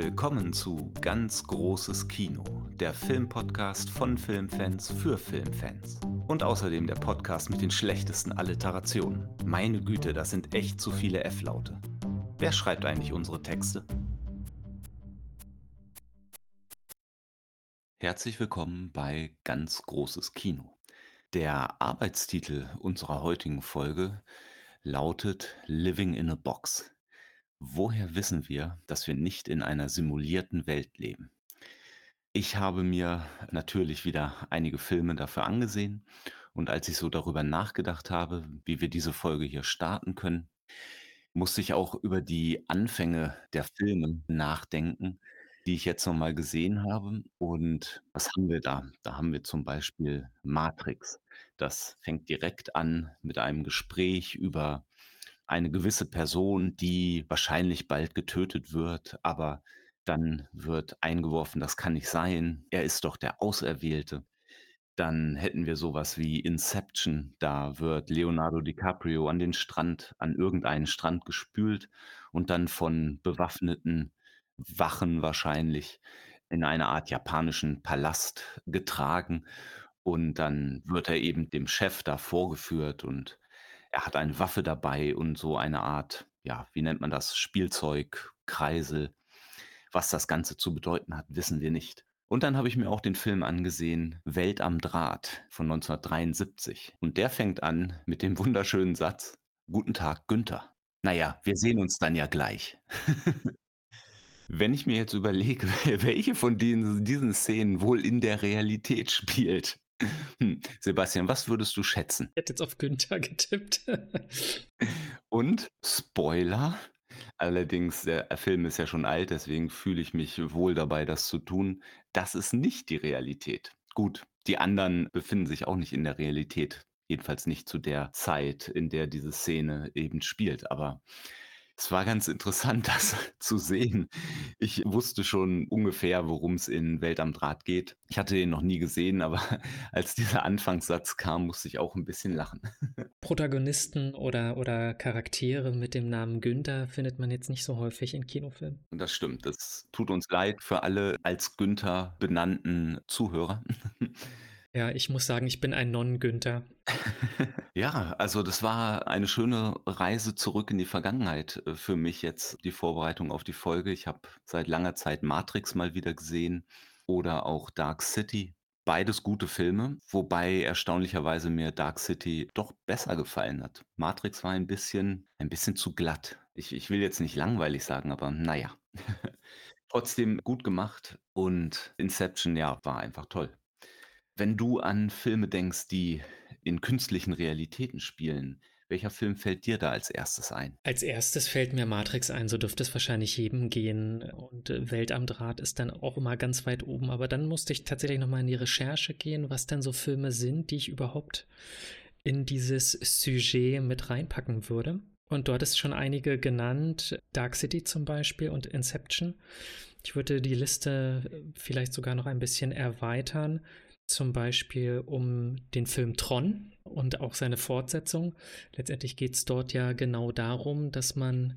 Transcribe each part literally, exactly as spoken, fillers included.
Willkommen zu Ganz großes Kino, der Filmpodcast von Filmfans für Filmfans. Und außerdem der Podcast mit den schlechtesten Alliterationen. Meine Güte, das sind echt zu viele F-Laute. Wer schreibt eigentlich unsere Texte? Herzlich willkommen bei Ganz großes Kino. Der Arbeitstitel unserer heutigen Folge lautet Living in a Box. Woher wissen wir, dass wir nicht in einer simulierten Welt leben? Ich habe mir natürlich wieder einige Filme dafür angesehen und als ich so darüber nachgedacht habe, wie wir diese Folge hier starten können, musste ich auch über die Anfänge der Filme nachdenken, die ich jetzt noch mal gesehen habe. Und was haben wir da? Da haben wir zum Beispiel Matrix. Das fängt direkt an mit einem Gespräch über eine gewisse Person, die wahrscheinlich bald getötet wird, aber dann wird eingeworfen, das kann nicht sein, er ist doch der Auserwählte. Dann hätten wir so was wie Inception, da wird Leonardo DiCaprio an den Strand an irgendeinen Strand gespült und dann von bewaffneten Wachen wahrscheinlich in eine Art japanischen Palast getragen und dann wird er eben dem Chef da vorgeführt und er hat eine Waffe dabei und so eine Art, ja, wie nennt man das, Spielzeug, Kreisel. Was das Ganze zu bedeuten hat, wissen wir nicht. Und dann habe ich mir auch den Film angesehen Welt am Draht von neunzehnhundertdreiundsiebzig. Und der fängt an mit dem wunderschönen Satz: „Guten Tag, Günther.“ Na ja, wir sehen uns dann ja gleich. Wenn ich mir jetzt überlege, welche von diesen diesen Szenen wohl in der Realität spielt. Hm, Sebastian, was würdest du schätzen? Ich hätte jetzt auf Günther getippt. Und Spoiler, allerdings, der Film ist ja schon alt, deswegen fühle ich mich wohl dabei, das zu tun. Das ist nicht die Realität. Gut, die anderen befinden sich auch nicht in der Realität, jedenfalls nicht zu der Zeit, in der diese Szene eben spielt. Aber es war ganz interessant, das zu sehen. Ich wusste schon ungefähr, worum es in Welt am Draht geht. Ich hatte ihn noch nie gesehen, aber als dieser Anfangssatz kam, musste ich auch ein bisschen lachen. Protagonisten oder, oder Charaktere mit dem Namen Günther findet man jetzt nicht so häufig in Kinofilmen. Und das stimmt. Das tut uns leid für alle als Günther benannten Zuhörer. Ja, ich muss sagen, ich bin ein Non-Günther. Ja, also das war eine schöne Reise zurück in die Vergangenheit, äh, für mich jetzt die Vorbereitung auf die Folge. Ich habe seit langer Zeit Matrix mal wieder gesehen oder auch Dark City. Beides gute Filme, wobei erstaunlicherweise mir Dark City doch besser gefallen hat. Matrix war ein bisschen ein bisschen zu glatt. Ich ich will jetzt nicht langweilig sagen, aber na ja. Trotzdem gut gemacht und Inception, ja, war einfach toll. Wenn du an Filme denkst, die in künstlichen Realitäten spielen, welcher Film fällt dir da als Erstes ein? Als erstes fällt mir Matrix ein, so dürfte es wahrscheinlich jedem gehen. Und äh, Welt am Draht ist dann auch immer ganz weit oben. Aber dann musste ich tatsächlich nochmal in die Recherche gehen, was denn so Filme sind, die ich überhaupt in dieses Sujet mit reinpacken würde. Und dort ist schon einige genannt, Dark City zum Beispiel und Inception. Ich würde die Liste vielleicht sogar noch ein bisschen erweitern, zum Beispiel um den Film Tron und auch seine Fortsetzung. Letztendlich geht es dort ja genau darum, dass man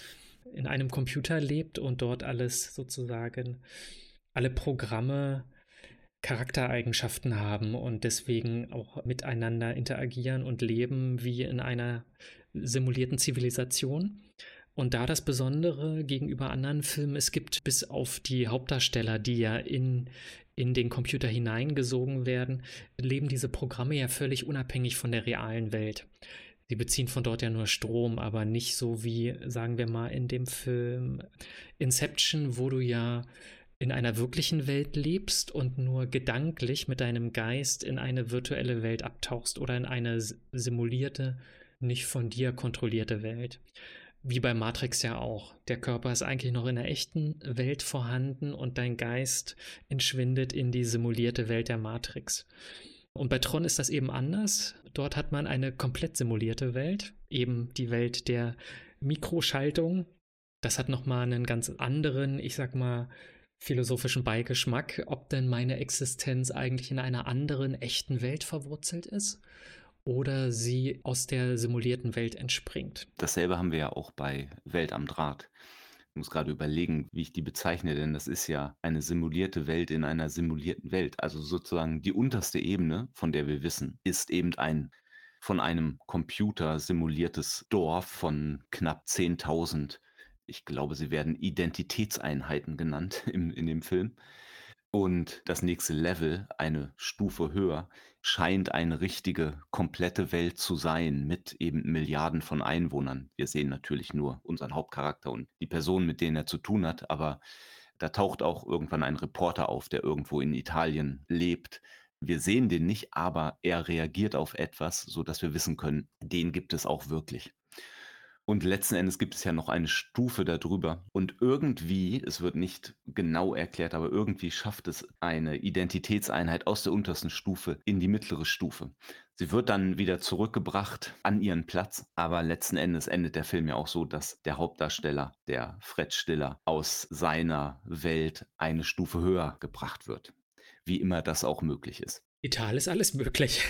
in einem Computer lebt und dort alles sozusagen, alle Programme Charaktereigenschaften haben und deswegen auch miteinander interagieren und leben wie in einer simulierten Zivilisation. Und da das Besondere gegenüber anderen Filmen, es gibt bis auf die Hauptdarsteller, die ja in, in den Computer hineingesogen werden, leben diese Programme ja völlig unabhängig von der realen Welt. Sie beziehen von dort ja nur Strom, aber nicht so wie, sagen wir mal, in dem Film Inception, wo du ja in einer wirklichen Welt lebst und nur gedanklich mit deinem Geist in eine virtuelle Welt abtauchst oder in eine simulierte, nicht von dir kontrollierte Welt. Wie bei Matrix ja auch. Der Körper ist eigentlich noch in der echten Welt vorhanden und dein Geist entschwindet in die simulierte Welt der Matrix. Und bei Tron ist das eben anders. Dort hat man eine komplett simulierte Welt, eben die Welt der Mikroschaltung. Das hat nochmal einen ganz anderen, ich sag mal, philosophischen Beigeschmack, ob denn meine Existenz eigentlich in einer anderen, echten Welt verwurzelt ist oder sie aus der simulierten Welt entspringt. Dasselbe haben wir ja auch bei Welt am Draht. muss gerade überlegen, wie ich die bezeichne, denn das ist ja eine simulierte Welt in einer simulierten Welt. Also sozusagen die unterste Ebene, von der wir wissen, ist eben ein von einem Computer simuliertes Dorf von knapp zehntausend. Ich glaube, sie werden Identitätseinheiten genannt im in dem Film. Und das nächste Level, eine Stufe höher, scheint eine richtige, komplette Welt zu sein mit eben Milliarden von Einwohnern. Wir sehen natürlich nur unseren Hauptcharakter und die Personen, mit denen er zu tun hat, aber da taucht auch irgendwann ein Reporter auf, der irgendwo in Italien lebt. Wir sehen den nicht, aber er reagiert auf etwas, sodass wir wissen können, den gibt es auch wirklich. Und letzten Endes gibt es ja noch eine Stufe da drüber. Und irgendwie, es wird nicht genau erklärt, aber irgendwie schafft es eine Identitätseinheit aus der untersten Stufe in die mittlere Stufe. Sie wird dann wieder zurückgebracht an ihren Platz, aber letzten Endes endet der Film ja auch so, dass der Hauptdarsteller, der Fred Stiller, aus seiner Welt eine Stufe höher gebracht wird. Wie immer das auch möglich ist. Digital ist alles möglich.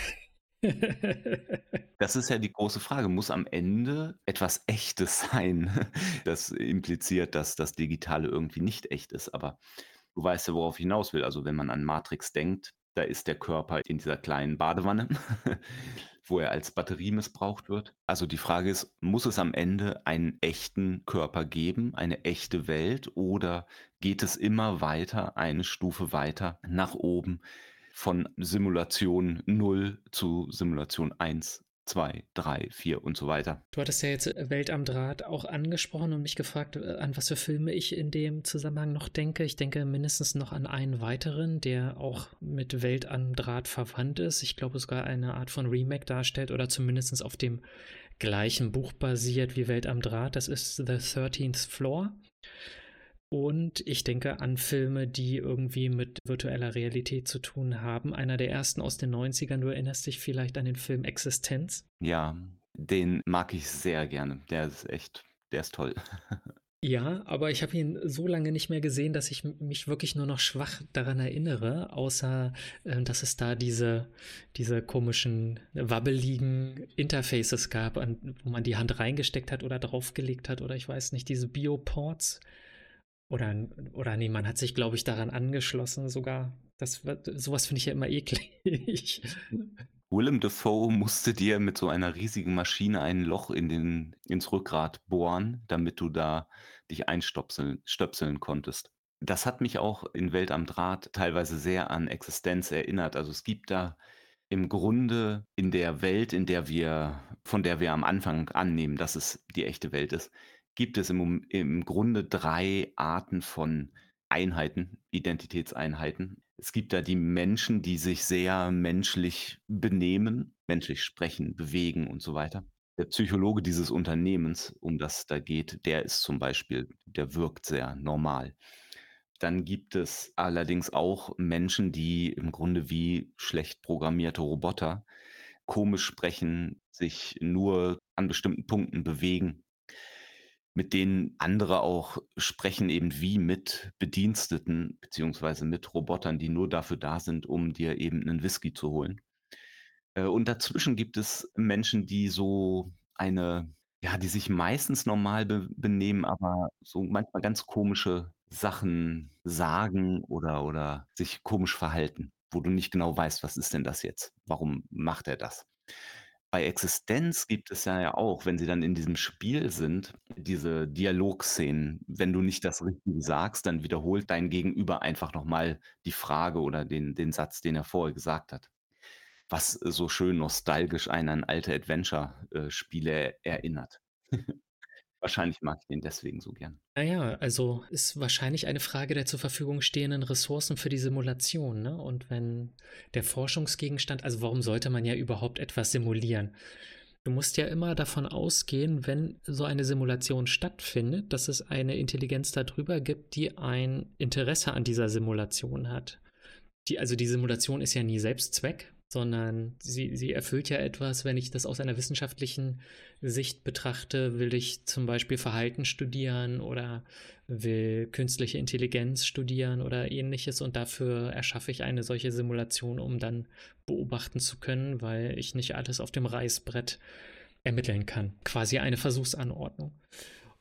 Das ist ja die große Frage. Muss am Ende etwas Echtes sein? Das impliziert, dass das Digitale irgendwie nicht echt ist, aber du weißt ja, worauf ich hinaus will. Also, wenn man an Matrix denkt, da ist der Körper in dieser kleinen Badewanne, wo er als Batterie missbraucht wird. Also, die Frage ist, muss es am Ende einen echten Körper geben, eine echte Welt, oder geht es immer weiter, eine Stufe weiter nach oben von Simulation null zu Simulation eins, zwei, drei, vier und so weiter? Du hattest ja jetzt äh, Welt am Draht auch angesprochen und mich gefragt, äh, an was für Filme ich in dem Zusammenhang noch denke. Ich denke mindestens noch an einen weiteren, der auch mit Welt am Draht verwandt ist. Ich glaube sogar eine Art von Remake darstellt oder zumindest auf dem gleichen Buch basiert wie Welt am Draht. Das ist The thirteenth Floor. Und ich denke an Filme, die irgendwie mit virtueller Realität zu tun haben. Einer der ersten aus den neunzigern, du erinnerst dich vielleicht an den Film Existenz? Ja, den mag ich sehr gerne. Der ist echt der ist toll. Ja, aber ich habe ihn so lange nicht mehr gesehen, dass ich m- mich wirklich nur noch schwach daran erinnere, außer äh, dass es da diese, diese komischen, wabbeligen Interfaces gab, an, wo man die Hand reingesteckt hat oder draufgelegt hat oder ich weiß nicht, diese Bioports. Oder, oder nee, man hat sich, glaube ich, daran angeschlossen sogar. Das, war- sowas finde ich ja immer eklig. Willem Dafoe musste dir mit so einer riesigen Maschine ein Loch in den ins Rückgrat bohren, damit du da dich einstöpseln stöpseln konntest. Das hat mich auch in Welt am Draht teilweise sehr an Existenz erinnert. Also, es gibt da im Grunde in der Welt, in der wir von der wir am Anfang annehmen, dass es die echte Welt ist, gibt es im Mom im Grunde drei Arten von Einheiten, Identitätseinheiten. Es gibt da die Menschen, die sich sehr menschlich benehmen, menschlich sprechen, bewegen und so weiter. Der Psychologe dieses Unternehmens, um das da geht, der ist zum Beispiel der wirkt sehr normal. Dann gibt es allerdings auch Menschen, die im Grunde wie schlecht programmierte Roboter komisch sprechen, sich nur an bestimmten Punkten bewegen, mit denen andere auch sprechen, eben wie mit Bediensteten beziehungsweise mit Robotern, die nur dafür da sind, um dir eben 'nen Whisky zu holen. Äh, und dazwischen gibt es Menschen, die so eine ja, die sich meistens normal be benehmen, aber so manchmal ganz komische Sachen sagen oder oder sich komisch verhalten, wo du nicht genau weißt: „Was ist denn das jetzt? Warum macht er das?“ Bei Existenz gibt es ja ja auch, wenn sie dann in diesem Spiel sind, diese Dialogszenen. Wenn du nicht das Richtige sagst, dann wiederholt dein Gegenüber einfach noch mal die Frage oder den den Satz, den er vorher gesagt hat. Was so schön nostalgisch einen an alte Adventure, äh, Spiele erinnert. Wahrscheinlich mag ich den deswegen so gern. Naja, also ist wahrscheinlich eine Frage der zur Verfügung stehenden Ressourcen für die Simulation, ne? Und wenn der Forschungsgegenstand, also warum sollte man ja überhaupt etwas simulieren? Du musst ja immer davon ausgehen, wenn so eine Simulation stattfindet, dass es eine Intelligenz darüber gibt, die ein Interesse an dieser Simulation hat. Die, also die Simulation ist ja nie Selbstzweck, sondern sie, sie erfüllt ja etwas, wenn ich das aus einer wissenschaftlichen Sicht betrachte, will ich zum Beispiel Verhalten studieren oder will künstliche Intelligenz studieren oder ähnliches und dafür erschaffe ich eine solche Simulation, um dann beobachten zu können, weil ich nicht alles auf dem Reißbrett ermitteln kann. Quasi eine Versuchsanordnung.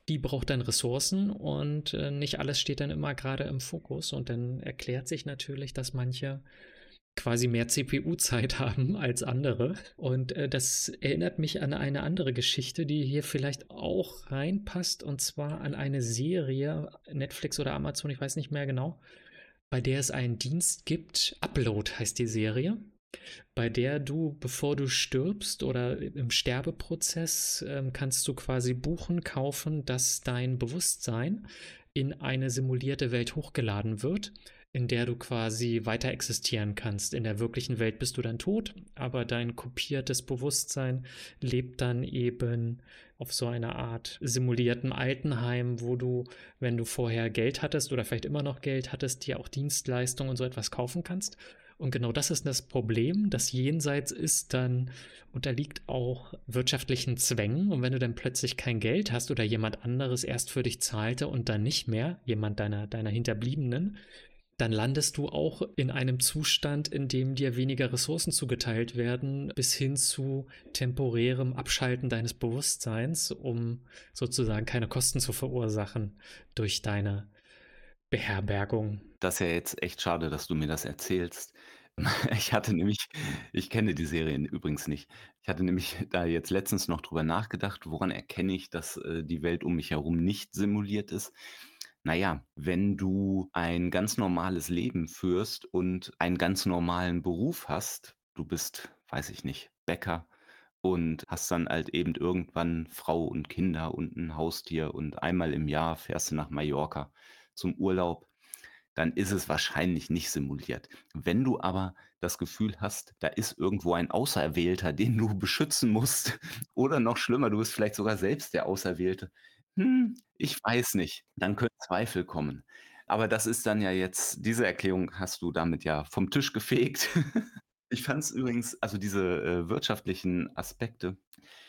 die braucht dann Ressourcen und äh, nicht alles steht dann immer gerade im Fokus. Und dann erklärt sich natürlich, dass manche quasi mehr C P U-Zeit haben als andere. Und äh, das erinnert mich an eine andere Geschichte, die hier vielleicht auch reinpasst, und zwar an eine Serie, Netflix oder Amazon, ich weiß nicht mehr genau, bei der es einen Dienst gibt. Upload heißt die Serie, bei der du, bevor du stirbst oder im Sterbeprozess, ähm, kannst du quasi buchen, kaufen, dass dein Bewusstsein in eine simulierte Welt hochgeladen wird, in der du quasi weiter existieren kannst. In der wirklichen Welt bist du dann tot, aber dein kopiertes Bewusstsein lebt dann eben auf so einer Art simulierten Altenheim, wo du, wenn du vorher Geld hattest oder vielleicht immer noch Geld hattest, dir auch Dienstleistungen und so etwas kaufen kannst. Und genau das ist das Problem. Das Jenseits ist dann, unterliegt auch wirtschaftlichen Zwängen. Und wenn du dann plötzlich kein Geld hast oder jemand anderes erst für dich zahlte und dann nicht mehr, jemand deiner, deiner Hinterbliebenen, dann landest du auch in einem Zustand, in dem dir weniger Ressourcen zugeteilt werden, bis hin zu temporärem Abschalten deines Bewusstseins, um sozusagen keine Kosten zu verursachen durch deine Beherbergung. Das ist ja jetzt echt schade, dass du mir das erzählst. Ich hatte nämlich ich kenne die Serien übrigens nicht. Ich hatte nämlich da jetzt letztens noch drüber nachgedacht, woran erkenne ich, dass, äh, die Welt um mich herum nicht simuliert ist? Na ja, wenn du ein ganz normales Leben führst und einen ganz normalen Beruf hast, du bist, weiß ich nicht, Bäcker und hast dann halt eben irgendwann Frau und Kinder und 'n Haustier und einmal im Jahr fährst du nach Mallorca zum Urlaub, dann ist es wahrscheinlich nicht simuliert. Wenn du aber das Gefühl hast, da ist irgendwo ein Auserwählter, den du beschützen musst oder noch schlimmer, du bist vielleicht sogar selbst der Auserwählte. Hm, ich weiß nicht, dann können Zweifel kommen. Aber das ist dann ja jetzt diese Erklärung hast du damit ja vom Tisch gefegt. Ich fand es übrigens also diese, äh, wirtschaftlichen Aspekte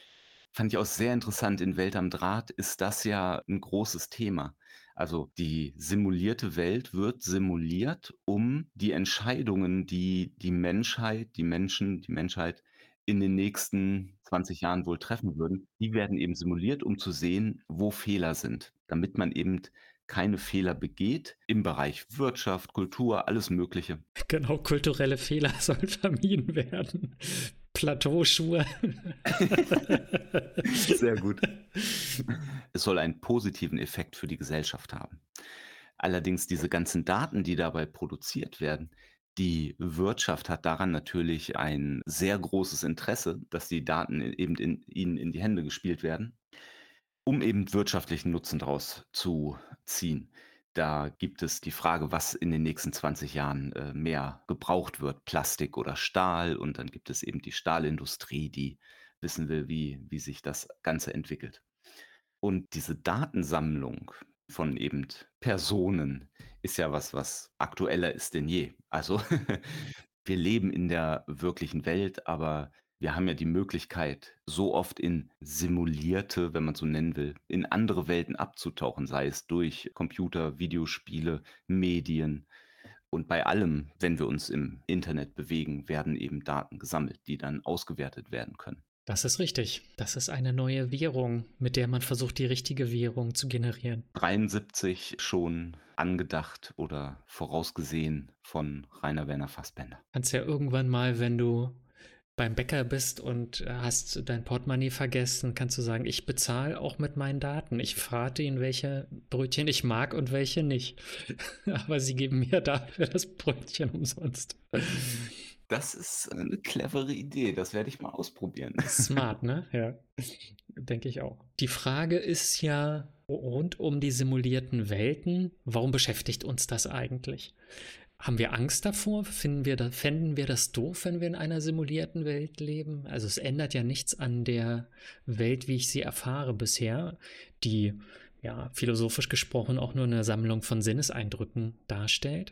fand ich auch sehr interessant. In Welt am Draht ist das ja 'n großes Thema. Also, die simulierte Welt wird simuliert, um die Entscheidungen, die die Menschheit die Menschen die Menschheit in den nächsten zwanzig Jahren wohl treffen würden, die werden eben simuliert, um zu sehen, wo Fehler sind, damit man eben keine Fehler begeht im Bereich Wirtschaft, Kultur, alles Mögliche. Genau, kulturelle Fehler sollen vermieden werden. Plateauschuhe. Sehr gut. Es soll einen positiven Effekt für die Gesellschaft haben. Allerdings diese ganzen Daten, die dabei produziert werden, die Wirtschaft hat daran natürlich ein sehr großes Interesse, dass die Daten e eben in ihnen in die Hände gespielt werden, um eben wirtschaftlichen Nutzen draus zu ziehen. Da gibt es die Frage, was in den nächsten zwanzig Jahren, äh, mehr gebraucht wird, Plastik oder Stahl. Und dann gibt es eben die Stahlindustrie, die wissen will, wie wie sich das Ganze entwickelt. Und diese Datensammlung von eben Personen ist ja was, was aktueller ist denn je. Also, wir leben in der wirklichen Welt, aber wir haben ja die Möglichkeit, so oft in simulierte, wenn man's so nennen will, in andere Welten abzutauchen, sei es durch Computer, Videospiele, Medien. Und bei allem, wenn wir uns im Internet bewegen, werden eben Daten gesammelt, die dann ausgewertet werden können. Das ist richtig. Das ist eine neue Währung, mit der man versucht, die richtige Währung zu generieren. dreiundsiebzig schon angedacht oder vorausgesehen von Rainer Werner Fassbinder. Kannst ja irgendwann mal, wenn du beim Bäcker bist und äh, hast dein Portemonnaie vergessen, kannst du sagen, ich bezahle auch mit meinen Daten. Ich verrate ihnen, welche Brötchen ich mag und welche nicht. Aber sie geben mir dafür das Brötchen umsonst. Das ist 'ne clevere Idee, das werde ich mal ausprobieren. Smart, ne? Ja, denke ich auch. Die Frage ist ja rund um die simulierten Welten, warum beschäftigt uns das eigentlich? Haben wir Angst davor? Finden wir da, fänden wir das doof, wenn wir in einer simulierten Welt leben? Also es ändert ja nichts an der Welt, wie ich sie erfahre bisher, die ja philosophisch gesprochen auch nur eine Sammlung von Sinneseindrücken darstellt.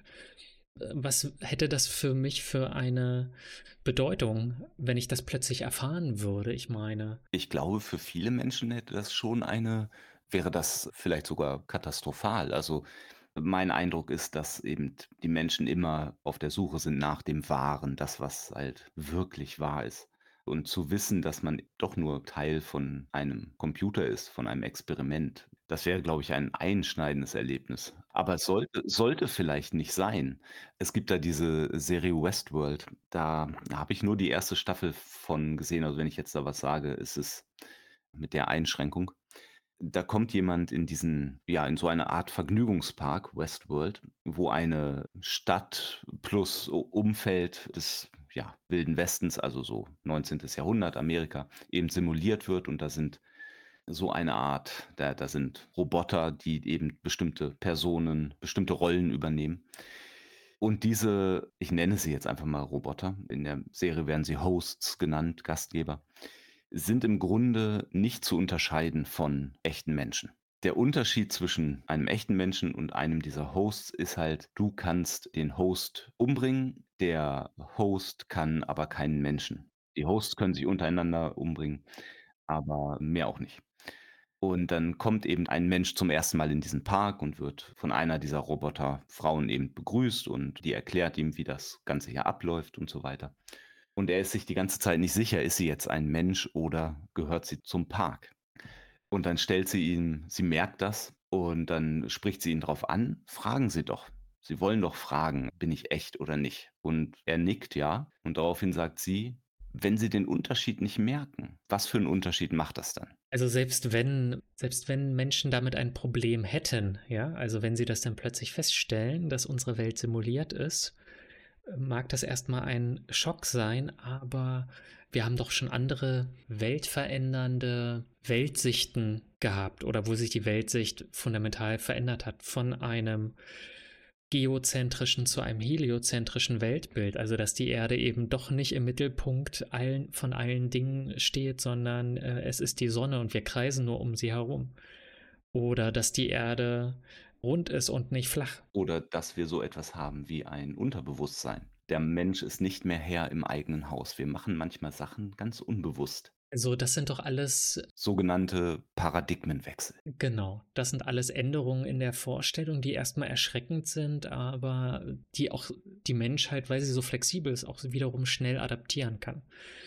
Was hätte das für mich für eine Bedeutung, wenn ich das plötzlich erfahren würde? Ich meine, Ich glaube, für viele Menschen hätte das schon eine wäre das vielleicht sogar katastrophal. Also, mein Eindruck ist, dass eben die Menschen immer auf der Suche sind nach dem Wahren, das, was halt wirklich wahr ist. Und zu wissen, dass man doch nur Teil von einem Computer ist, von einem Experiment. Das wäre, glaube ich, ein einschneidendes Erlebnis. Aber es sollte sollte vielleicht nicht sein. Es gibt da diese Serie Westworld, da habe ich nur die erste Staffel von gesehen. Also, wenn ich jetzt da was sage, ist es mit der Einschränkung. Da kommt jemand in diesen ja, in so eine Art Vergnügungspark, Westworld, wo eine Stadt plus U Umfeld des, ja, Wilden Westens, also so neunzehntes. Jahrhundert Amerika, eben simuliert wird und da sind so eine Art da da sind Roboter, die eben bestimmte Personen, bestimmte Rollen übernehmen. Und diese, ich nenne sie jetzt einfach mal Roboter, in der Serie werden sie Hosts genannt, Gastgeber, sind im Grunde nicht zu unterscheiden von echten Menschen. Der Unterschied zwischen einem echten Menschen und einem dieser Hosts ist halt, du kannst den Host umbringen, der Host kann aber keinen Menschen. Die Hosts können sich untereinander umbringen, aber mehr auch nicht. Und dann kommt eben ein Mensch zum ersten Mal in diesen Park und wird von einer dieser Roboterfrauen eben begrüßt und die erklärt ihm, wie das Ganze hier abläuft und so weiter. Und er ist sich die ganze Zeit nicht sicher, ist sie jetzt ein Mensch oder gehört sie zum Park? Und dann stellt sie ihn sie merkt das und dann spricht sie ihn drauf an: „Fragen Sie doch. Sie wollen doch fragen, bin ich echt oder nicht?“ Und er nickt, ja. Und daraufhin sagt sie: „Wenn Sie den Unterschied nicht merken, was für 'n Unterschied macht das dann?“ Also selbst wenn selbst wenn Menschen damit ein Problem hätten, ja, also wenn sie das dann plötzlich feststellen, dass unsere Welt simuliert ist, äh, mag das erst mal ein Schock sein, aber wir haben doch schon andere weltverändernde Weltsichten gehabt oder wo sich die Weltsicht fundamental verändert hat von einem geozentrischen zu einem heliozentrischen Weltbild, also dass die Erde eben doch nicht im Mittelpunkt allen, von allen Dingen steht, sondern äh, es ist die Sonne und wir kreisen nur um sie herum. Oder dass die Erde rund ist und nicht flach. Oder dass wir so etwas haben wie ein Unterbewusstsein. Der Mensch ist nicht mehr Herr im eigenen Haus. Wir machen manchmal Sachen ganz unbewusst. Also das sind doch alles, Sogenannte Paradigmenwechsel. genau, das sind alles Änderungen in der Vorstellung, die erstmal erschreckend sind, aber die auch die Menschheit, weil sie so flexibel ist, auch wiederum schnell adaptieren kann.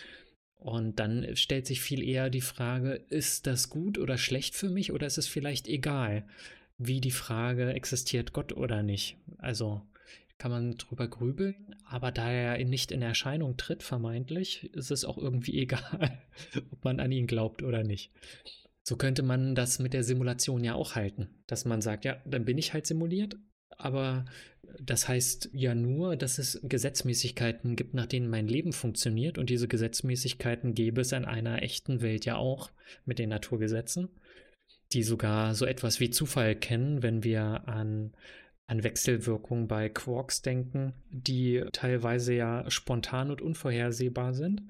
Und dann stellt sich viel eher die Frage, ist das gut oder schlecht für mich oder ist es vielleicht egal? Wie die Frage, existiert Gott oder nicht? Also kann man drüber grübeln, aber da er nicht in Erscheinung tritt, vermeintlich, ist es auch irgendwie egal, ob man an ihn glaubt oder nicht. So könnte man das mit der Simulation ja auch halten, dass man sagt, ja, dann bin ich halt simuliert, aber das heißt ja nur, dass es Gesetzmäßigkeiten gibt, nach denen mein Leben funktioniert und diese Gesetzmäßigkeiten gäbe es in einer echten Welt ja auch mit den Naturgesetzen, die sogar so etwas wie Zufall kennen, wenn wir an, an Wechselwirkungen bei Quarks denken, die teilweise ja spontan und unvorhersehbar sind.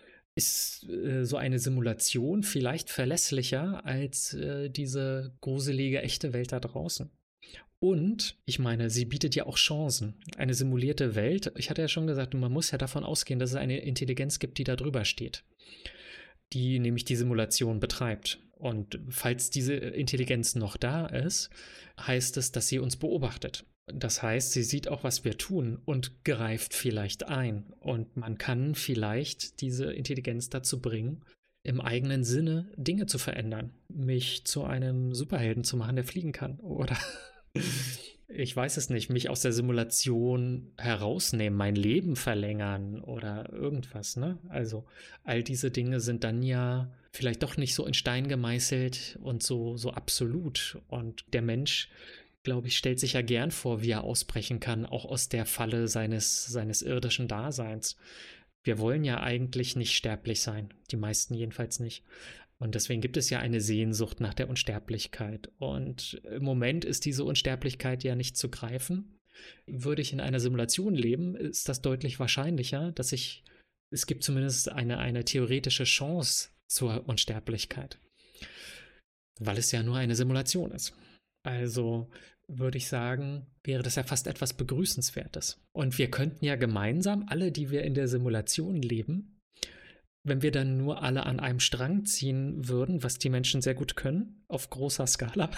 Ist äh, so eine Simulation vielleicht verlässlicher als äh, diese gruselige echte Welt da draußen? Und ich meine, sie bietet ja auch Chancen. Eine simulierte Welt, ich hatte ja schon gesagt, man muss ja davon ausgehen, dass es eine Intelligenz gibt, die da drüber steht, die nämlich die Simulation betreibt. Und falls diese Intelligenz noch da ist, heißt es, dass sie uns beobachtet. Das heißt, sie sieht auch, was wir tun und greift vielleicht ein. Und man kann vielleicht diese Intelligenz dazu bringen, im eigenen Sinne Dinge zu verändern. Mich zu einem Superhelden zu machen, der fliegen kann. Oder ich weiß es nicht, mich aus der Simulation herausnehmen, mein Leben verlängern oder irgendwas, ne? Also all diese Dinge sind dann ja vielleicht doch nicht so in Stein gemeißelt und so, so absolut. Und der Mensch, glaube ich, stellt sich ja gern vor, wie er ausbrechen kann, auch aus der Falle seines, seines irdischen Daseins. Wir wollen ja eigentlich nicht sterblich sein, die meisten jedenfalls nicht. Und deswegen gibt es ja eine Sehnsucht nach der Unsterblichkeit. Und im Moment ist diese Unsterblichkeit ja nicht zu greifen. Würde ich in einer Simulation leben, ist das deutlich wahrscheinlicher, dass ich, es gibt zumindest eine, eine theoretische Chance zur Unsterblichkeit, weil es ja nur eine Simulation ist. Also würde ich sagen, wäre das ja fast etwas Begrüßenswertes. Und wir könnten ja gemeinsam, alle, die wir in der Simulation leben, wenn wir dann nur alle an einem Strang ziehen würden, was die Menschen sehr gut können, auf großer Skala,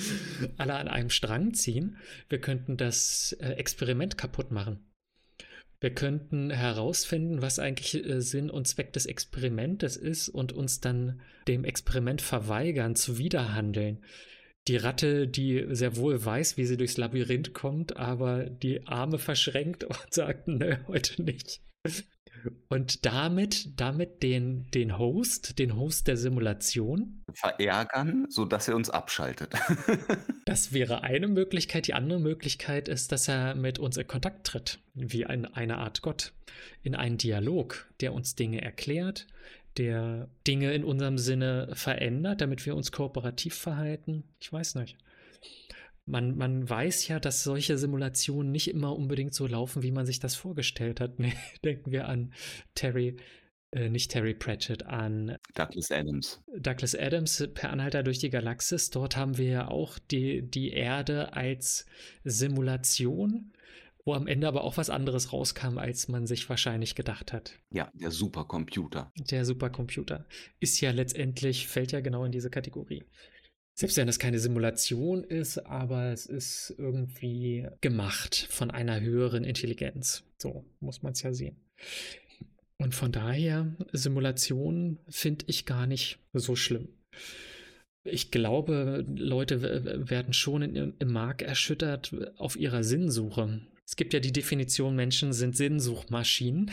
alle an einem Strang ziehen, wir könnten das äh, Experiment kaputt machen. Wir könnten herausfinden, was eigentlich äh, Sinn und Zweck des Experimentes ist und uns dann dem Experiment verweigern, zuwiderhandeln. Die Ratte, die sehr wohl weiß, wie sie durchs Labyrinth kommt, aber die Arme verschränkt und sagt, nö, heute nicht. Und damit, damit den, den Host, den Host der Simulation, verärgern, sodass er uns abschaltet. das wäre eine Möglichkeit. Die andere Möglichkeit ist, dass er mit uns in Kontakt tritt, wie ein, eine Art Gott, in einen Dialog, der uns Dinge erklärt, der Dinge in unserem Sinne verändert, damit wir uns kooperativ verhalten. Ich weiß nicht. Man, man weiß ja, dass solche Simulationen nicht immer unbedingt so laufen, wie man sich das vorgestellt hat. Nee, denken wir an Terry, äh, nicht Terry Pratchett, an Douglas Adams. Douglas Adams, Per Anhalter durch die Galaxis. Dort haben wir ja auch die, die Erde als Simulation, wo am Ende aber auch was anderes rauskam, als man sich wahrscheinlich gedacht hat. Ja, der Supercomputer. Der Supercomputer ist ja letztendlich, fällt ja genau in diese Kategorie. Selbst wenn das keine Simulation ist, aber es ist irgendwie gemacht von einer höheren Intelligenz. So muss man es ja sehen. Und von daher, Simulation finde ich gar nicht so schlimm. Ich glaube, Leute werden schon in, im Mark erschüttert auf ihrer Sinnsuche. Es gibt ja die Definition, Menschen sind Sinnsuchmaschinen.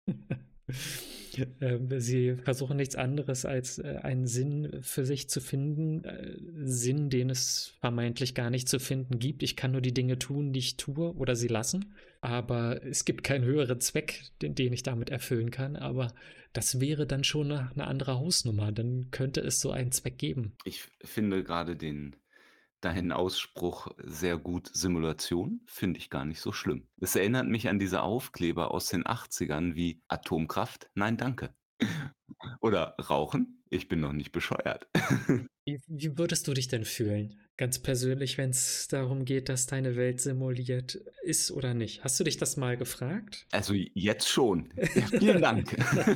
Sie versuchen nichts anderes als einen Sinn für sich zu finden. Sinn, den es vermeintlich gar nicht zu finden gibt. Ich kann nur die Dinge tun, die ich tue oder sie lassen. Aber es gibt keinen höheren Zweck, den, den ich damit erfüllen kann. Aber das wäre dann schon eine, eine andere Hausnummer. Dann könnte es so einen Zweck geben. Ich finde gerade den deinen Ausspruch sehr gut. Simulation finde ich gar nicht so schlimm. Es erinnert mich an diese Aufkleber aus den achtzigern wie Atomkraft, nein danke. Oder Rauchen, ich bin noch nicht bescheuert. Wie, wie würdest du dich denn fühlen? Ganz persönlich, wenn es darum geht, dass deine Welt simuliert ist oder nicht. Hast du dich das mal gefragt? Also jetzt schon. Ja, vielen Dank.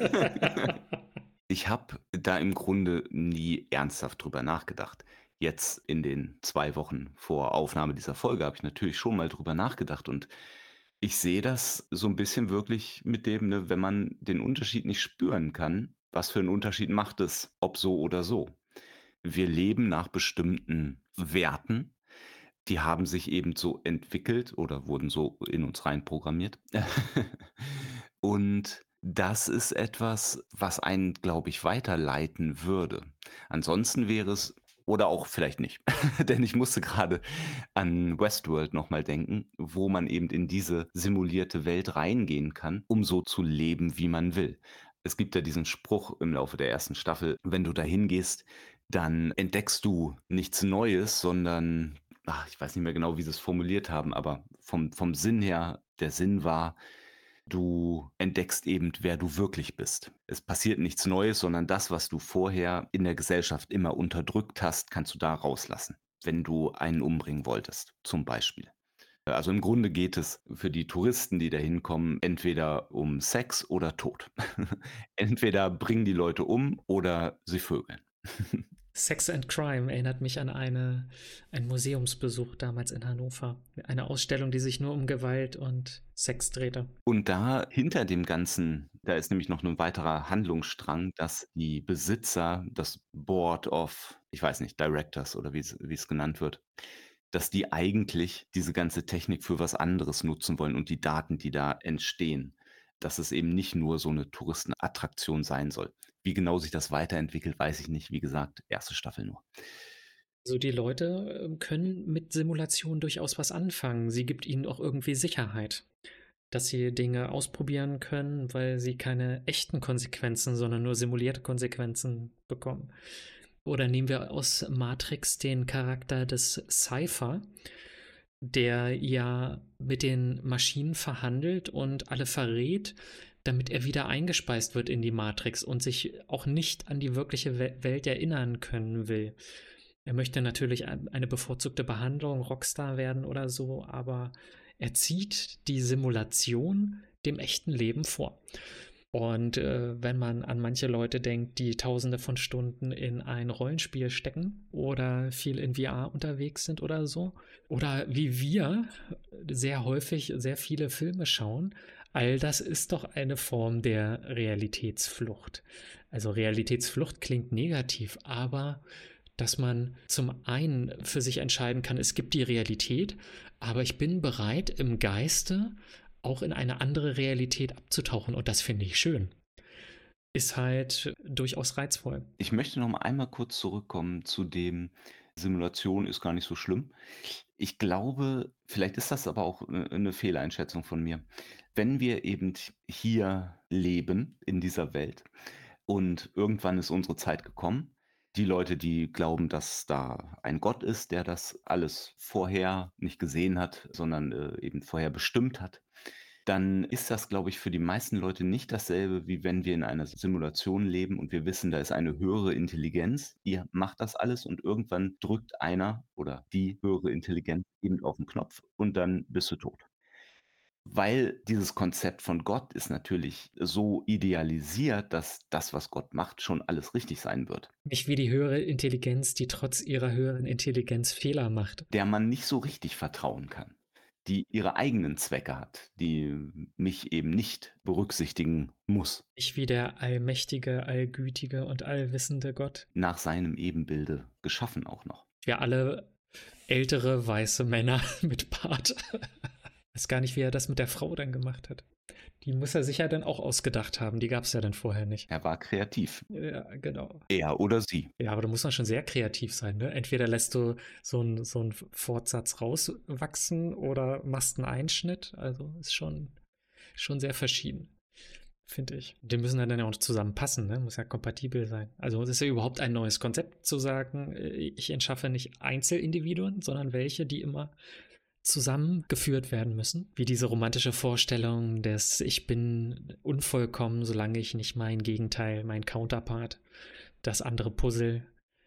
Ich habe da im Grunde nie ernsthaft drüber nachgedacht. Jetzt in den zwei Wochen vor Aufnahme dieser Folge habe ich natürlich schon mal drüber nachgedacht und ich sehe das so ein bisschen wirklich mit dem, ne, wenn man den Unterschied nicht spüren kann, was für 'n Unterschied macht es, ob so oder so? Wir leben nach bestimmten Werten, die haben sich eben so entwickelt oder wurden so in uns rein programmiert. Und das ist etwas, was einen, glaube ich, weiterleiten würde. Ansonsten wäre es oder auch vielleicht nicht. Denn ich musste gerade an Westworld noch mal denken, wo man eben in diese simulierte Welt reingehen kann, um so zu leben, wie man will. Es gibt ja diesen Spruch im Laufe der ersten Staffel: „Wenn du da hingehst, dann entdeckst du nichts Neues, sondern“ ach, ich weiß nicht mehr genau, wie sie's formuliert haben, aber vom vom Sinn her der Sinn war, du entdeckst eben, wer du wirklich bist. Es passiert nichts Neues, sondern das, was du vorher in der Gesellschaft immer unterdrückt hast, kannst du da rauslassen, wenn du einen umbringen wolltest, zum Beispiel. Also im Grunde geht es für die Touristen, die da hinkommen, entweder um Sex oder Tod. Entweder bringen die Leute um oder sie vögeln. Sex and Crime erinnert mich an eine, einen Museumsbesuch damals in Hannover. Eine Ausstellung, die sich nur um Gewalt und Sex drehte. Und da hinter dem Ganzen, da ist nämlich noch ein weiterer Handlungsstrang, dass die Besitzer, das Board of, ich weiß nicht, Directors oder wie es wie es genannt wird, dass die eigentlich diese ganze Technik für was anderes nutzen wollen und die Daten, die da entstehen, dass es eben nicht nur so eine Touristenattraktion sein soll. Wie genau sich das weiterentwickelt, weiß ich nicht. Wie gesagt, erste Staffel nur. Also die Leute äh, können mit Simulation durchaus was anfangen. Sie gibt ihnen auch irgendwie Sicherheit, dass sie Dinge ausprobieren können, weil sie keine echten Konsequenzen, sondern nur simulierte Konsequenzen bekommen. Oder nehmen wir aus Matrix den Charakter des Cypher, der ja mit den Maschinen verhandelt und alle verrät, damit er wieder eingespeist wird in die Matrix und sich auch nicht an die wirkliche Welt erinnern können will. Er möchte natürlich eine bevorzugte Behandlung, Rockstar werden oder so, aber er zieht die Simulation dem echten Leben vor. Und äh, wenn man an manche Leute denkt, die tausende von Stunden in ein Rollenspiel stecken oder viel in V R unterwegs sind oder so, oder wie wir sehr häufig sehr viele Filme schauen, All das ist doch eine Form der Realitätsflucht. Also Realitätsflucht klingt negativ, aber dass man zum einen für sich entscheiden kann, es gibt die Realität, aber ich bin bereit, im Geiste auch in eine andere Realität abzutauchen und das finde ich schön. Ist halt durchaus reizvoll. Ich möchte noch mal einmal kurz zurückkommen zu dem, Simulation ist gar nicht so schlimm. Ich glaube, vielleicht ist das aber auch 'ne 'ne Fehleinschätzung von mir. Wenn wir eben hier leben in dieser Welt und irgendwann ist unsere Zeit gekommen, die Leute, die glauben, dass da ein Gott ist, der das alles vorher nicht gesehen hat, sondern, äh, eben vorher bestimmt hat, dann ist das, glaube ich, für die meisten Leute nicht dasselbe, wie wenn wir in einer Simulation leben und wir wissen, da ist eine höhere Intelligenz, die macht das alles und irgendwann drückt einer oder die höhere Intelligenz eben auf 'n Knopf und dann bist du tot. Weil dieses Konzept von Gott ist natürlich so idealisiert, dass das, was Gott macht, schon alles richtig sein wird. Nicht wie die höhere Intelligenz, die trotz ihrer höheren Intelligenz Fehler macht. Der man nicht so richtig vertrauen kann, die ihre eigenen Zwecke hat, die mich eben nicht berücksichtigen muss. Nicht wie der allmächtige, allgütige und allwissende Gott. Nach seinem Ebenbilde geschaffen auch noch. Wir alle ältere weiße Männer mit Bart. Weiß gar nicht, wie er das mit der Frau dann gemacht hat. Die muss er sich ja dann auch ausgedacht haben. Die gab es ja dann vorher nicht. Er war kreativ. Ja, genau. Er oder sie. Ja, aber da muss man schon sehr kreativ sein, ne? Entweder lässt du so einen so einen Fortsatz rauswachsen oder machst einen Einschnitt. Also ist schon, schon sehr verschieden, finde ich. Die müssen dann ja auch zusammen passen, ne? Muss ja kompatibel sein. Also es ist ja überhaupt ein neues Konzept zu sagen, ich entschaffe nicht Einzelindividuen, sondern welche, die immer zusammengeführt werden müssen. Wie diese romantische Vorstellung des Ich bin unvollkommen, solange ich nicht mein Gegenteil, mein Counterpart, das andere Puzzle,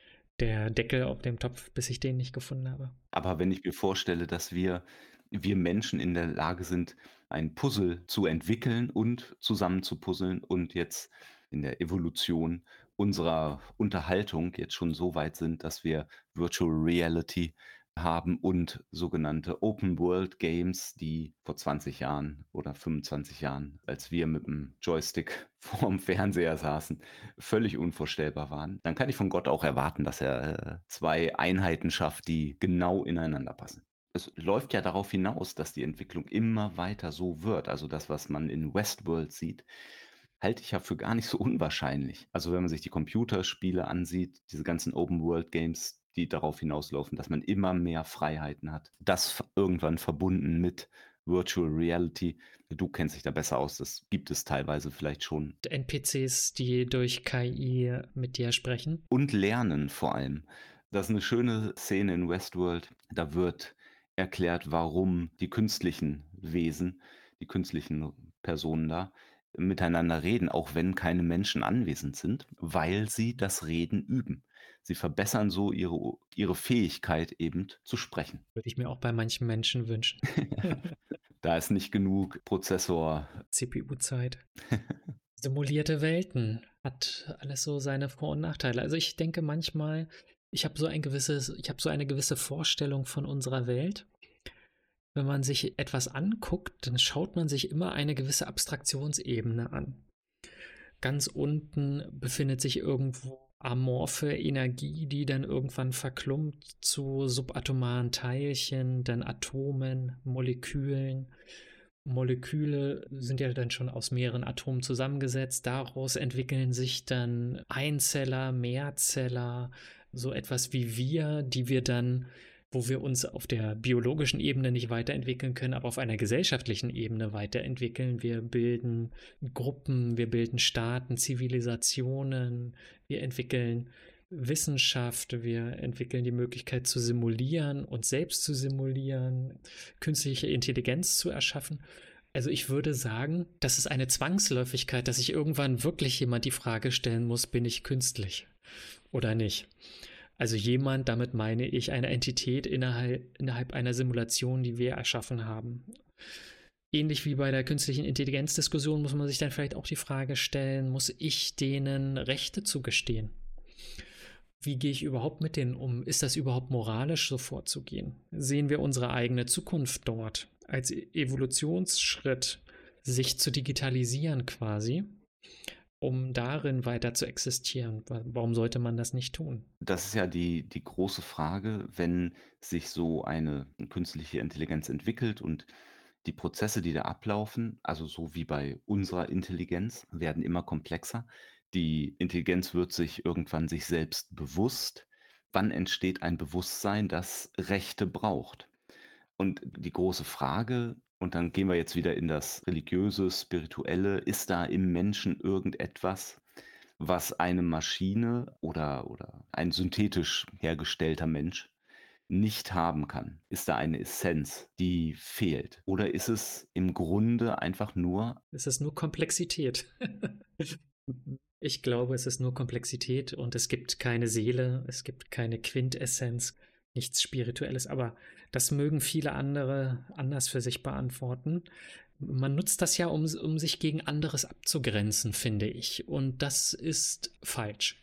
der Deckel auf dem Topf, bis ich den nicht gefunden habe. Aber wenn ich mir vorstelle, dass wir wir Menschen in der Lage sind, ein Puzzle zu entwickeln und zusammen zu puzzeln und jetzt in der Evolution unserer Unterhaltung jetzt schon so weit sind, dass wir Virtual Reality haben und sogenannte Open World Games, die vor zwanzig Jahren oder fünfundzwanzig Jahren, als wir mit dem Joystick vorm Fernseher saßen, völlig unvorstellbar waren, dann kann ich von Gott auch erwarten, dass er, äh, zwei Einheiten schafft, die genau ineinander passen. Es läuft ja darauf hinaus, dass die Entwicklung immer weiter so wird. Also das, was man in Westworld sieht, halte ich ja für gar nicht so unwahrscheinlich. Also wenn man sich die Computerspiele ansieht, diese ganzen Open World Games, die darauf hinauslaufen, dass man immer mehr Freiheiten hat. Das v irgendwann verbunden mit Virtual Reality. Du kennst dich da besser aus, das gibt es teilweise vielleicht schon. N P Cs, die durch K I mit dir sprechen. Und lernen vor allem. Das ist 'ne schöne Szene in Westworld. Da wird erklärt, warum die künstlichen Wesen, die künstlichen Personen da miteinander reden, auch wenn keine Menschen anwesend sind, weil sie das Reden üben. Sie verbessern so ihre ihre Fähigkeit eben zu sprechen. Würde ich mir auch bei manchen Menschen wünschen. Da ist nicht genug Prozessor. C P U-Zeit. Simulierte Welten. Hat alles so seine Vor- und Nachteile. Also ich denke manchmal, ich habe so ein gewisses, ich habe so eine gewisse Vorstellung von unserer Welt. Wenn man sich etwas anguckt, dann schaut man sich immer eine gewisse Abstraktionsebene an. Ganz unten befindet sich irgendwo amorphe Energie, die dann irgendwann verklumpt zu subatomaren Teilchen, dann Atomen, Molekülen. Moleküle sind ja dann schon aus mehreren Atomen zusammengesetzt. Daraus entwickeln sich dann Einzeller, Mehrzeller, so etwas wie wir, die wir dann, wo wir uns auf der biologischen Ebene nicht weiterentwickeln können, aber auf einer gesellschaftlichen Ebene weiterentwickeln. Wir bilden Gruppen, wir bilden Staaten, Zivilisationen, wir entwickeln Wissenschaft, wir entwickeln die Möglichkeit zu simulieren und selbst zu simulieren, künstliche Intelligenz zu erschaffen. Also ich würde sagen, das ist eine Zwangsläufigkeit, dass sich irgendwann wirklich jemand die Frage stellen muss, bin ich künstlich oder nicht? Also jemand, damit meine ich eine Entität innerhalb, innerhalb einer Simulation, die wir erschaffen haben. Ähnlich wie bei der künstlichen Intelligenzdiskussion muss man sich dann vielleicht auch die Frage stellen, muss ich denen Rechte zugestehen? Wie gehe ich überhaupt mit denen um? Ist das überhaupt moralisch, so vorzugehen? Sehen wir unsere eigene Zukunft dort als Evolutionsschritt? sich zu digitalisieren quasi, um darin weiter zu existieren. Warum sollte man das nicht tun? Das ist ja die die große Frage, wenn sich so eine künstliche Intelligenz entwickelt und die Prozesse, die da ablaufen, also so wie bei unserer Intelligenz, werden immer komplexer. Die Intelligenz wird sich irgendwann sich selbst bewusst. Wann entsteht ein Bewusstsein, das Rechte braucht? Und die große Frage, und dann gehen wir jetzt wieder in das Religiöse, Spirituelle, ist da im Menschen irgendetwas, was eine Maschine oder oder ein synthetisch hergestellter Mensch nicht haben kann? Ist da eine Essenz, die fehlt? Oder ist es im Grunde einfach nur Es ist nur Komplexität. Ich glaube, es ist nur Komplexität und es gibt keine Seele, es gibt keine Quintessenz, nichts Spirituelles, aber das mögen viele andere anders für sich beantworten. Man nutzt das ja, um, um sich gegen anderes abzugrenzen, finde ich. Und das ist falsch.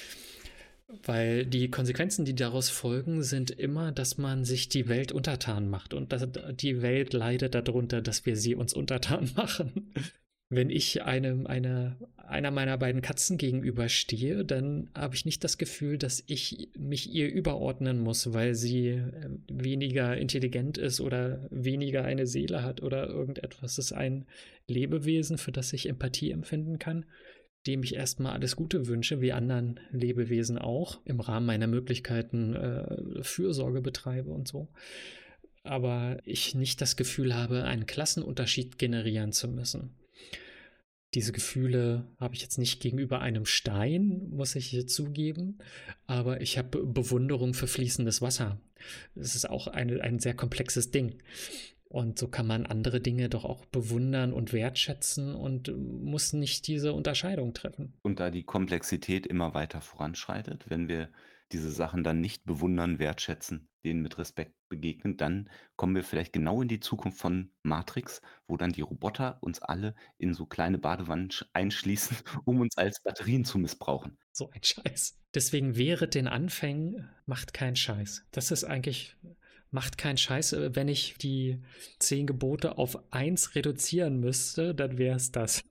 Weil die Konsequenzen, die daraus folgen, sind immer, dass man sich die Welt untertan macht. Und dass die Welt leidet darunter, dass wir sie uns untertan machen. Wenn ich einem, eine, einer meiner beiden Katzen gegenüberstehe, dann habe ich nicht das Gefühl, dass ich mich ihr überordnen muss, weil sie weniger intelligent ist oder weniger eine Seele hat oder irgendetwas. Es ist ein Lebewesen, für das ich Empathie empfinden kann, dem ich erstmal alles Gute wünsche, wie anderen Lebewesen auch, im Rahmen meiner Möglichkeiten äh, Fürsorge betreibe und so. Aber ich nicht das Gefühl habe, einen Klassenunterschied generieren zu müssen. Diese Gefühle habe ich jetzt nicht gegenüber einem Stein, muss ich zugeben, aber ich habe Bewunderung für fließendes Wasser. Das ist auch eine, ein sehr komplexes Ding. Und so kann man andere Dinge doch auch bewundern und wertschätzen und muss nicht diese Unterscheidung treffen. Und da die Komplexität immer weiter voranschreitet, wenn wir diese Sachen dann nicht bewundern, wertschätzen, denen mit Respekt begegnen, dann kommen wir vielleicht genau in die Zukunft von Matrix, wo dann die Roboter uns alle in so kleine Badewannen sch einschließen, um uns als Batterien zu missbrauchen. So ein Scheiß. Deswegen wehret den Anfängen, macht keinen Scheiß. Das ist eigentlich, macht keinen Scheiß. Wenn ich die zehn Gebote auf eins reduzieren müsste, dann wäre es das.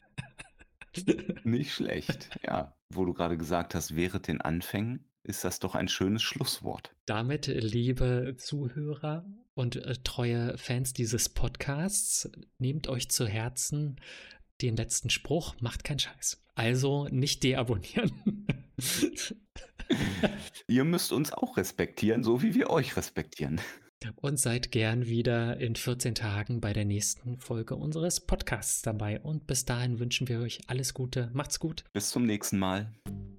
Nicht schlecht, ja. Wo du gerade gesagt hast, wehret den Anfängen, ist das doch ein schönes Schlusswort. Damit, liebe Zuhörer und äh, treue Fans dieses Podcasts, nehmt euch zu Herzen den letzten Spruch, macht keinen Scheiß. Also nicht deabonnieren. Ihr müsst uns auch respektieren, so wie wir euch respektieren. Und seid gern wieder in vierzehn Tagen bei der nächsten Folge unseres Podcasts dabei. Und bis dahin wünschen wir euch alles Gute. Macht's gut. Bis zum nächsten Mal.